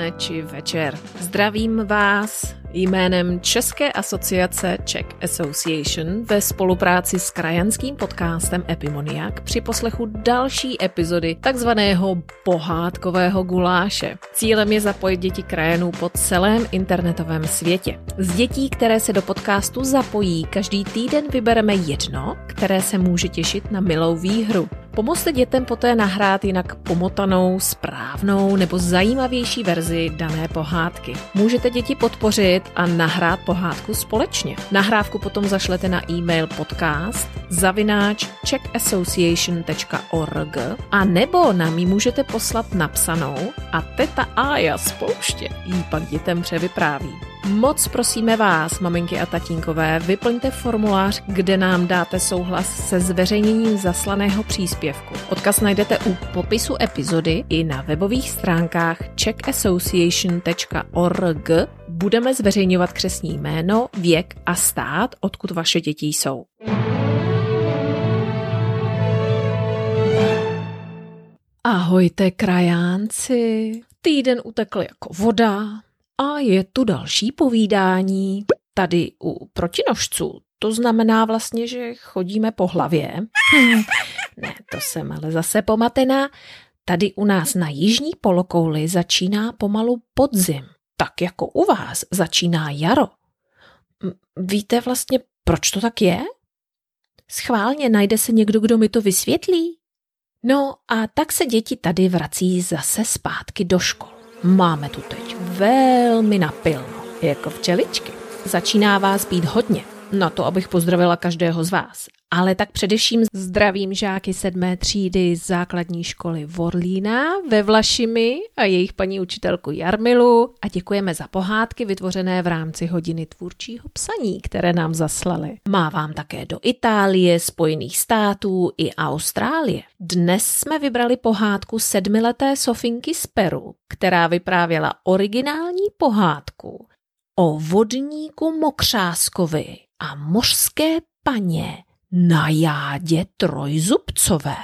dopoledne či večer. Zdravím vás jménem České asociace Czech Association ve spolupráci s krajanským podcastem Epimoniak při poslechu další epizody takzvaného pohádkového guláše. Cílem je zapojit děti krajanů po celém internetovém světě. Z dětí, které se do podcastu zapojí, každý týden vybereme jedno, které se může těšit na milou výhru. Pomozte dětem poté nahrát jinak pomotanou, správnou nebo zajímavější verzi dané pohádky. Můžete děti podpořit a nahrát pohádku společně. Nahrávku potom zašlete na e-mail podcast@czechassociation.org a nebo nám ji můžete poslat napsanou a teta Ája z pouště jí pak dětem převypráví. Moc prosíme vás, maminky a tatínkové, vyplňte formulář, kde nám dáte souhlas se zveřejněním zaslaného příspěvku. Odkaz najdete u popisu epizody i na webových stránkách czechassociation.org. Budeme zveřejňovat křestní jméno, věk a stát, odkud vaše děti jsou. Ahojte krajánci, týden utekl jako voda. A je tu další povídání. Tady u protinožců. To znamená vlastně, že chodíme po hlavě. Ne, to jsem ale zase pomatená. Tady u nás na jižní polokouli začíná pomalu podzim. Tak jako u vás začíná jaro. Víte vlastně, proč to tak je? Schválně najde se někdo, kdo mi to vysvětlí? No a tak se děti tady vrací zase zpátky do škol. Máme tu teď velmi napilno, jako včeličky. Začíná vás být hodně, na to, abych pozdravila každého z vás. Ale tak především zdravím žáky 7. třídy základní školy Vorlína ve Vlašimi a jejich paní učitelku Jarmilu a děkujeme za pohádky vytvořené v rámci hodiny tvůrčího psaní, které nám zaslali. Mávám také do Itálie, Spojených států i Austrálie. Dnes jsme vybrali pohádku 7leté Sofinky z Peru, která vyprávěla originální pohádku o vodníku Mokřáskovi a mořské paně Najádě Trojzubcové.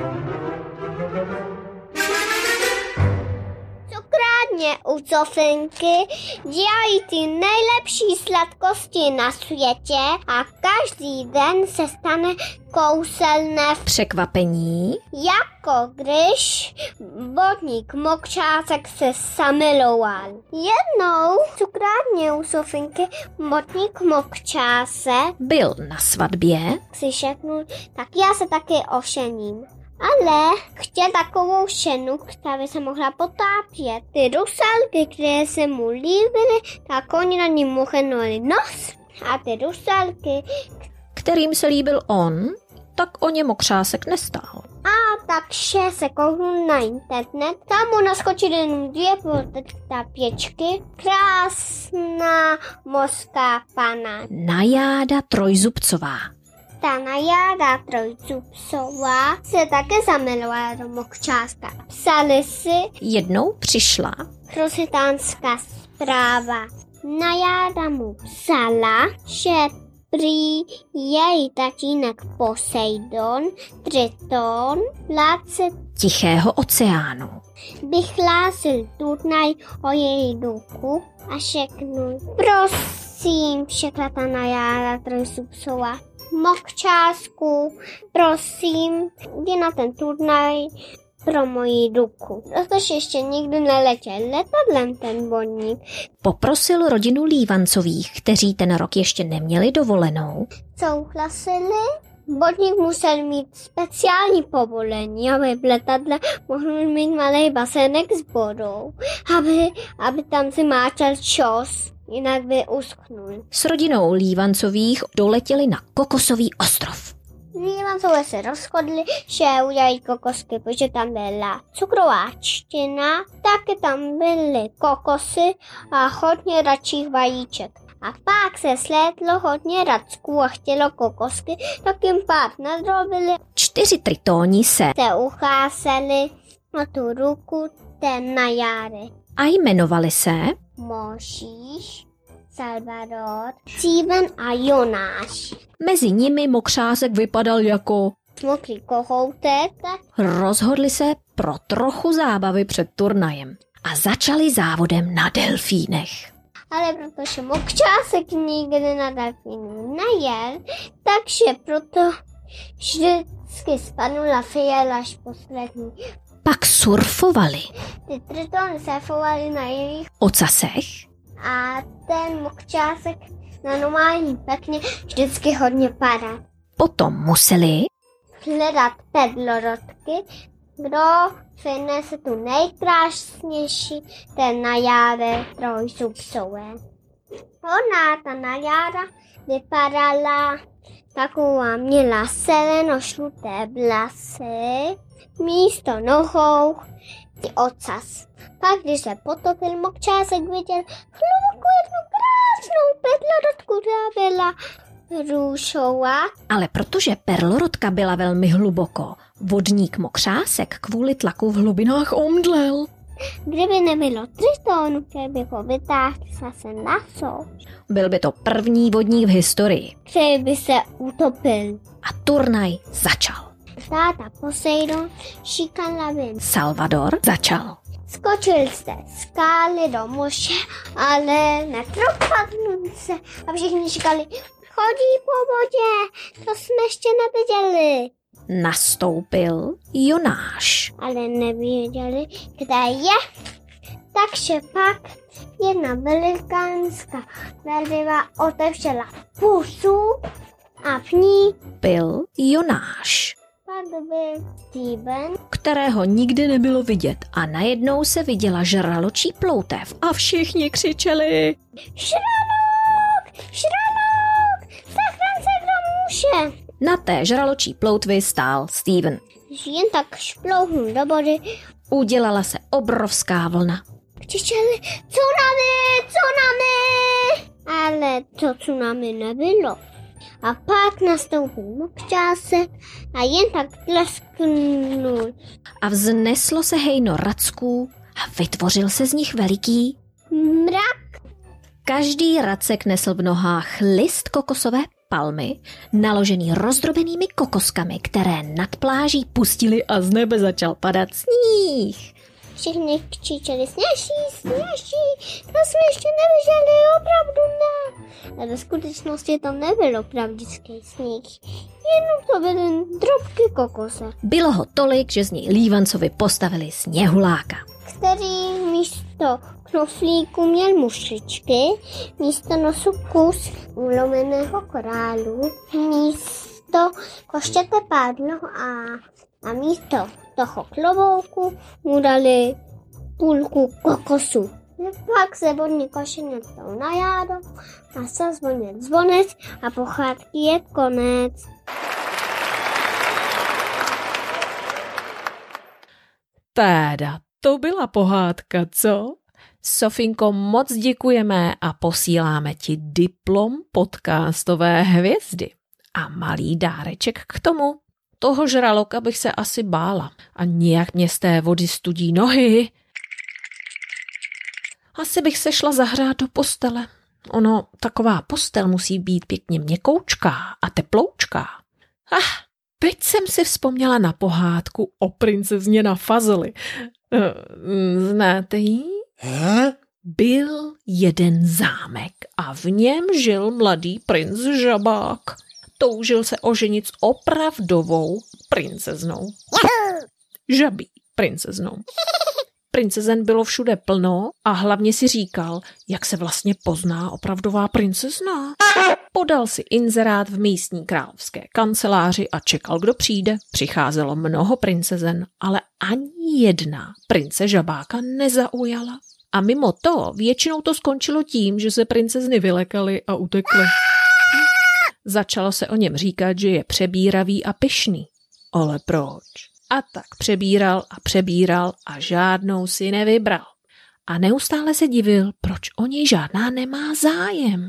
Cukrárně u Sofinky dělají ty nejlepší sladkosti na světě a každý den se stane kouselné překvapení, jako když vodník Mokřásek se zamiloval. Jednou cukrárně u Sofinky vodník Mokřásek byl na svatbě, si šepnul, tak já se taky ožením. Ale chtěl takovou ženu, která by se mohla potápět. Ty rusalky, které se mu líbily, tak oni na ní mohnuli nos. A ty rusalky, kterým se líbil on, tak o ně Mokřásek nestál. A takže se kouknul na internet, tam mu naskočily jenom 2 potápěčky. Krásná mořská pana Najáda Trojzubcová. Ta Najáda Trojzubcová se také zamilovala do Mokřáska. Psali si, jednou přišla Rositánská zpráva. Najáda mu psala, že prý její tatínek Poseidon, Triton, vládce Tichého oceánu, vyhlásil turnaj o její duku a řeknul, prosím, řekla ta Najáda Trojzubcová, Mokřásku, prosím, jdi na ten turnaj pro moji duku. Protože ještě nikdy neletěl letadlem ten vodník. Poprosil rodinu Lívancových, kteří ten rok ještě neměli dovolenou. Souhlasili? Vodník musel mít speciální povolení, aby v letadle mohl mít malý basének s vodou, aby tam si máčel čos, jinak by uschnul. S rodinou Lívancových doletěli na Kokosový ostrov. Lívancové se rozhodli, že udělají kokosky, protože tam byla cukrováčtina, taky tam byly kokosy a hodně račích vajíček. A pak se slétlo hodně racků a chtělo kokosky, tak jim pár nadrobili. 4 tritóni se ucházeli na tu ruku té Najády. A jmenovali se Mojžíš, Salvador, Steven a Jonáš. Mezi nimi Mokřásek vypadal jako mokrý kohoutek. Rozhodli se pro trochu zábavy před turnajem. a začali závodem na delfínech. Ale protože Mokčásek nikdy na delfínu nejel, takže proto vždycky spadnula Fiel až poslední. Pak surfovali Ty tritony surfovaly na jiných ocasech a ten Mokčásek na normální pekně vždycky hodně padá. potom museli Hledat pedlorodky, kdo přinese tu nejkrásnější, ten najáde trojzubcové. Ta najáda vypadala taková, měla zeleno-žluté vlasy, místo nohou ty ocas. Pak, když se potopil, Mokčásek viděl hlubokou jednu krásnou pedlorodku, která byla růžová. Ale protože perlorodka byla velmi hluboko, vodník Mokřásek kvůli tlaku v hlubinách omdlel. Kdyby nebylo tritonů, který by ho vytáhl zase na souš, Byl by to první vodník v historii. který by se utopil. A turnaj začal. Táta Poseidon šíkal lavin. Salvador začal. Skočil z té skály do moře, ale nepropadnul se. A všichni říkali, chodí po vodě, to jsme ještě neviděli. Nastoupil Jonáš. Ale nevěděli, kde je. Takže pak jedna velikánská velryba otevřela pusu a v ní Byl Jonáš, pak byl Steven. kterého nikdy nebylo vidět a najednou se viděla žraločí ploutev a všichni křičeli. Šralok! Šralok! Zachraň se, kdo může! Na té žraločí ploutvi stál Steven. Když jen tak šplouhnul do vody, Udělala se obrovská vlna. křičeli tsunami, tsunami! Ale to tsunami nebylo. A pak nastoupil Mokčásek a jen tak tlesknul. A vzneslo se hejno racků a vytvořil se z nich veliký. Mrak. Každý racek nesl v nohách list kokosové palmy, naložený rozdrobenými kokoskami, které nad pláží pustili a z nebe začal padat sníh. Všichni křičeli sněží, sněží, to jsme ještě neviděli, opravdu ne. Ale ve skutečnosti to nebyl opravdický sníh, jenom to byly drobky kokose, Bylo ho tolik, že z něj Lívancovi postavili sněhuláka. který místo knoflíku měl mušičky, místo nosu kus ulomeného korálu, místo koštěte pádlo a místo toho klobouku mu dali půlku kokosu. Pak se vodní košeněc dal na jádo a zazvonil zvonec a pohádky je konec. Téda, to byla pohádka, co? Sofinko, moc děkujeme a posíláme ti diplom podcastové hvězdy. A malý dáreček k tomu. Toho žraloka bych se asi bála. A nijak mě z té vody studí nohy. Asi bych se šla zahrát do postele. Ono, taková postel musí být pěkně měkoučká a teploučká. Teď jsem si vzpomněla na pohádku o princezně na fazoli. Znáte ji? Byl jeden zámek a v něm žil mladý princ Žabák. Toužil se oženit s opravdovou princeznou. Žabí princeznou. Princezen bylo všude plno a hlavně si říkal, jak se vlastně pozná opravdová princezna. Podal si inzerát v místní královské kanceláři a čekal, kdo přijde. Přicházelo mnoho princezen, ale ani jedna prince Žabáka nezaujala. A mimo to většinou to skončilo tím, že se princezny vylekaly a utekly. Začalo se o něm říkat, že je přebíravý a pyšný. Ale proč? A tak přebíral a žádnou si nevybral. A neustále se divil, proč o něj žádná nemá zájem.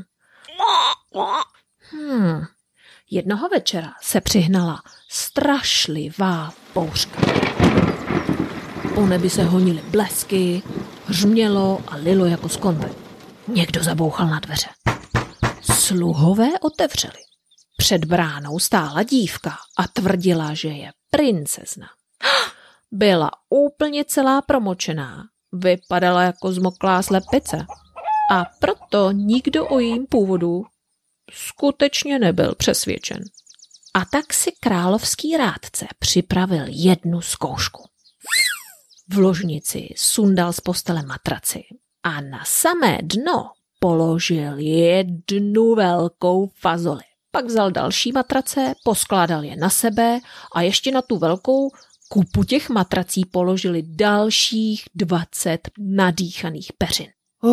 Jednoho večera se přihnala strašlivá bouřka. Po nebi se honily blesky, hřmělo a lilo jako z konve. Někdo zabouchal na dveře. Sluhové otevřeli. Před bránou stála dívka a tvrdila, že je princezna. Byla úplně celá promočená vypadala jako zmoklá slepice. A proto nikdo o jejím původu skutečně nebyl přesvědčen. A tak si královský rádce připravil jednu zkoušku. V ložnici sundal z postele matraci a na samé dno položil jednu velkou fazoli. Pak vzal další matrace, poskládal je na sebe a ještě na tu velkou kupu těch matrací položili dalších 20 nadýchaných peřin.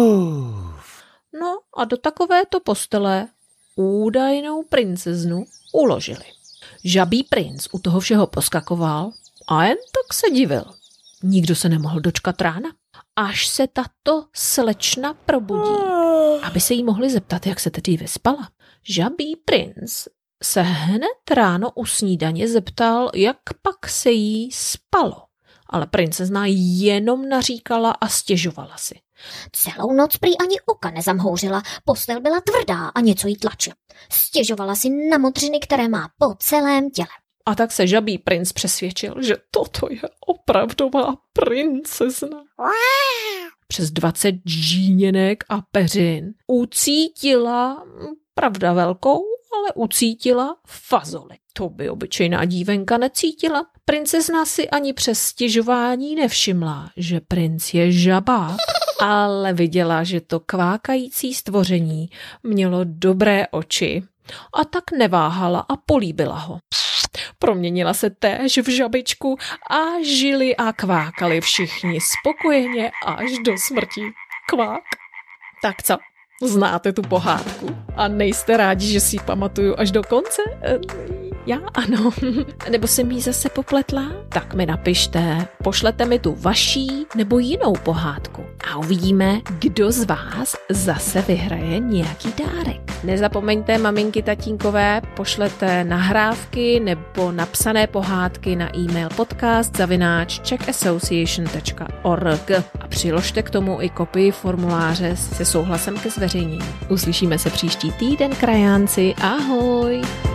No a do takovéto postele údajnou princeznu uložili. Žabý princ u toho všeho poskakoval a jen tak se divil. Nikdo se nemohl dočkat rána, až se tato slečna probudí, aby se jí mohli zeptat, jak se tedy vyspala. Žabý princ se hned ráno u snídaně zeptal, jak pak se jí spalo. Ale princezna jenom naříkala a stěžovala si. Celou noc prý ani oka nezamhouřila, postel byla tvrdá a něco jí tlačila. Stěžovala si na modřiny, které má po celém těle. A tak se žabý princ přesvědčil, že toto je opravdová princezna. Přes 20 žíněnek a peřin ucítila, pravda velkou, ale ucítila fazoli. To by obyčejná dívenka necítila. Princezna si ani přes stěžování nevšimla, že princ je žabák, ale viděla, že to kvákající stvoření mělo dobré oči a tak neváhala a políbila ho. Proměnila se též v žabičku a žili a kvákali všichni spokojeně až do smrti. Kvák. Tak co? Znáte tu pohádku? A nejste rádi, že si ji pamatuju až do konce? Já ano. Nebo jsem jí zase popletla? Tak mi napište, pošlete mi tu vaší nebo jinou pohádku a uvidíme, kdo z vás zase vyhraje nějaký dárek. Nezapomeňte, maminky, tatínkové, pošlete nahrávky nebo napsané pohádky na e-mail podcast@czechassociation.org a přiložte k tomu i kopii formuláře se souhlasem ke zveřejnění. Uslyšíme se příští týden, krajánci. Ahoj!